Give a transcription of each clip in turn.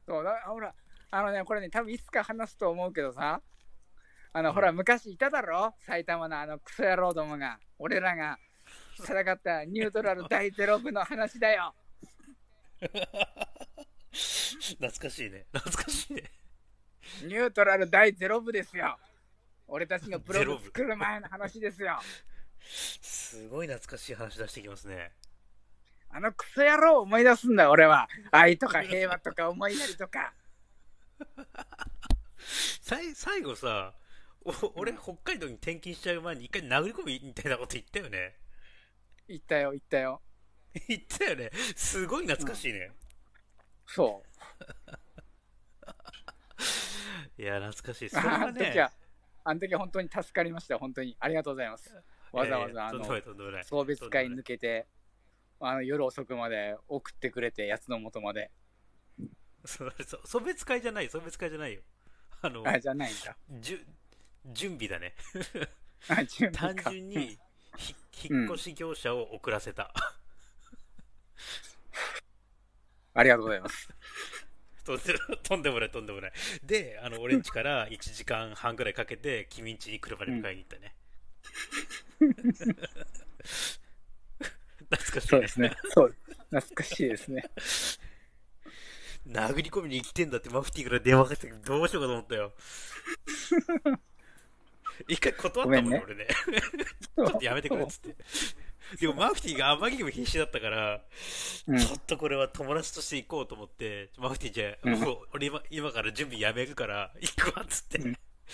そうだ、ほら、これね、多分いつか話すと思うけどさ、 うん。 ほら、昔いただろ埼玉のクソ野郎どもが、俺らが戦ったニュートラル第ゼロ部の話だよ。 懐かしいね。懐かしいね。 ニュートラル第ゼロ部ですよ。俺たちがブログゼロ部。 作る前の話ですよ。 すごい懐かしい話出してきますね。 クソ野郎を思い出すんだ、俺は。愛とか平和とか思いやりとか。 最後さ、俺、 うん。 北海道に転勤しちゃう前に一回殴り込みみたいなこと言ったよね。 言ったよ、言ったよ。 言ったよね。すごい懐うん。 かしいね。 そう。 いや、懐かしい。それあはね、 の時は、あの時は本当に助かりましたよ、本当に。ありがとうございます。わざわざ、 とんでもない、とんでもない。 送別会とんでもない。 抜けて、夜遅くまで送ってくれて、やつの元まで。 送別会じゃない、送別会じゃないよ。あの、 あ、じゃないんだ。 じゅ、準備だね。 あ、準備単か。うん。 純に、引うん。 っ越し業者を遅らせた。 ありがとうございます。 とんでもない、とんでもない。で、俺ん家から1時間半ぐらいかけて、君ん家に車でうん。 迎えに行ったね。懐かしいね。 そうですね。そう。懐かしいですね。 殴り込みに行ってんだってマフティーから電話かけてどうしようかと思ったよ。一回断ったもんね、 ごめんね。 俺ね。 そう。 ちょっとやめてくれっそつって。でもマフティーがあまりにも必死だったから、 う。うん。 ちょっとこれは友達として行こうと思って、マフティーじゃあ、 うん。 もう俺今から準備やめるから行くわっつって。 うん。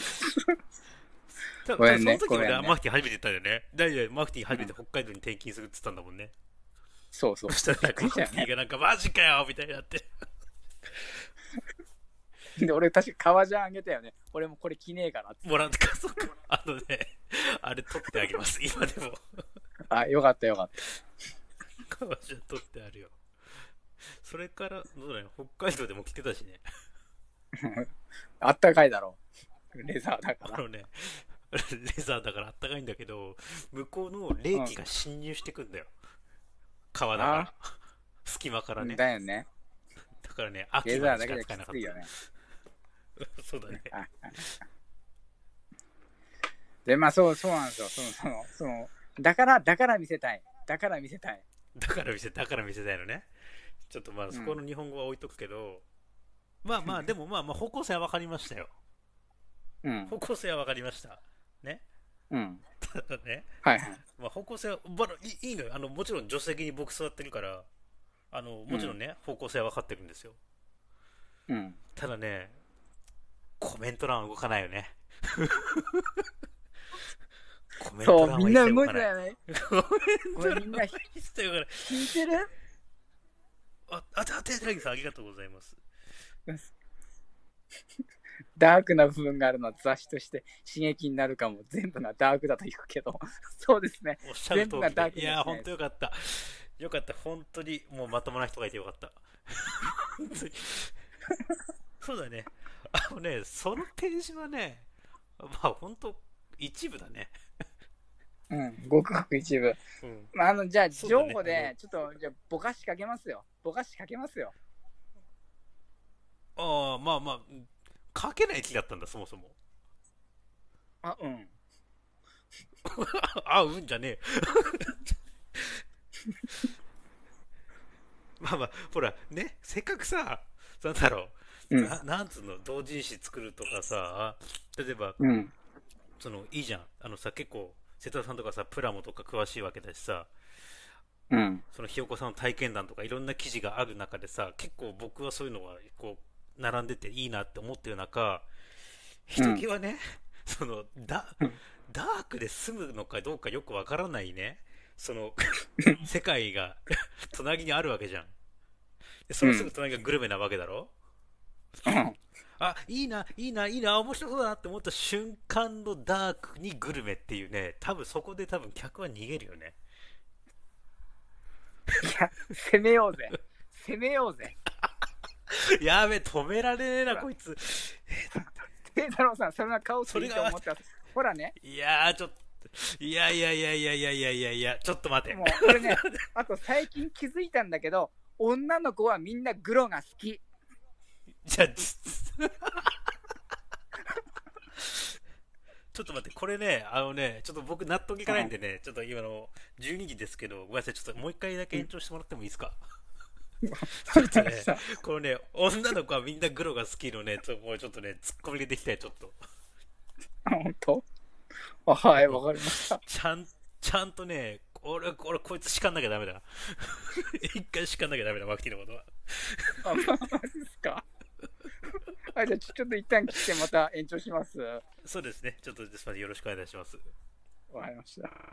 多分そのごめんね。 時俺はマごめんね。 フティー初めて言ったんだよね。だいたいマフティー初めてうん。 北海道に転勤するって言ったんだもんね。 そうそうそう。 そしたらびっくマフティーりしたよね。 がなんかマジかよみたいになって。 で、俺確か革ジャンあげたよね。俺もこれ着ねえからっつって。 もらってか、そっか。あれ取ってあげます。今でも。 あ、よかったよかった。 革ジャン取ってあるよ。それから、どうだよ、北海道でも来てたしね。 あったかいだろう。レザーだから。 あのね、レザーだからあったかいんだけど、向こうの冷気うん。 が侵入してくんだよ。川だから。 あ隙間からね。 だよね。 だからね、秋レまでしかザーだけじゃき使えなかった。 ついよね。 そうだね。 あ、で、まあ、そうなんですよ。だから見せたい。だから見せたい。 だから見せたいのね。ちょっとまあそこうん。 の日本語は置いとくけど、まあまあ、でもまあ方向性は分かりましたよ。 うん。 方向性は分かりました。ね。 うん。 ただね、 はいはい。 まあ方向性は、いいのよ。もちろん助手席に僕座ってるから、 うん。 もちろんね、方向性は分かってるんですよ。 うん。 ただね、コメント欄は動かないよね。コメントそう、 欄は一みんな動い切動かない。 てたよね。 コメンこれみんなト欄は一切動かない。 聞いてる。 てなぎさんありがとうございます。 ダークな部分があるのは雑誌として刺激になるかも。全部がダークだと言うけど。そうですね。 おっしゃる全部通りで。 がダークにはいやー、ほんしないです。 とよかった。よかった。本当に、もうまともな人がいてよかった。本当に。そうだね。そのページはね、まあ本当一部だね。 うん。ごくごく一部。 うん。 まあ、じゃあ、 そうだね。 情報で、ちょっと、じゃあ、ぼかしかけますよ。ぼかしかけますよ。 まあまあ、書けない気だったんだ、そもそも。 あ、うん。 うんじゃねえ。まあまあ、ほら、ね、せっかくさ、なんだろう、 うん。 なんつうの、同人誌作るとかさ、例えば、 うん。 いいじゃん。結構、瀬戸田さんとかさ、プラモとか詳しいわけだしさ、 うん。 ひよこさんの体験談とかいろんな記事がある中でさ、結構僕はそういうのが、こう、並んでていいなって思ってる中、ひうん。 ときわね、ダークで住むのかどうかよくわからないね、その、世界が隣にあるわけじゃん。で、そのすぐうん。 隣がグルメなわけだろ。 うん。 いいな、いいな、いいな、面白そうだなって思った瞬間のダークにグルメっていうね、多分そこで客は逃げるよね。 いや、攻めようぜ。攻めようぜ。 やべえ、止められねえな、 ほら、 こいつ。 慶太郎さん、そんな顔していいとそれが、 思ってます。ほらね、 いやー、ちょっと、いやいやいやいやいやいやいやいや、ちょっと待て。 もう、俺ね、あと最近気づいたんだけど、女の子はみんなグロが好き。 じゃあ、ちょっと待って、これね、ちょっと僕納得いかないんでね、ちょっと今の12時ですけど、ごめんなさい、ちょっともう一回だけ延長してもらってもいいですか？ちょっとね、このね、女の子はみんなグロが好きのね、もうちょっとね、ツッコミができたい、ちょっと。 本当？はい、わかりました。 ちゃんとね、俺こいつ叱んなきゃダメだ。一回叱んなきゃダメだ、マキティのことは。 マジですか？はい、じゃあちょっと一旦切ってまた延長します。わそうですね、ちょっとですまでよろしくお願いします。 かりました。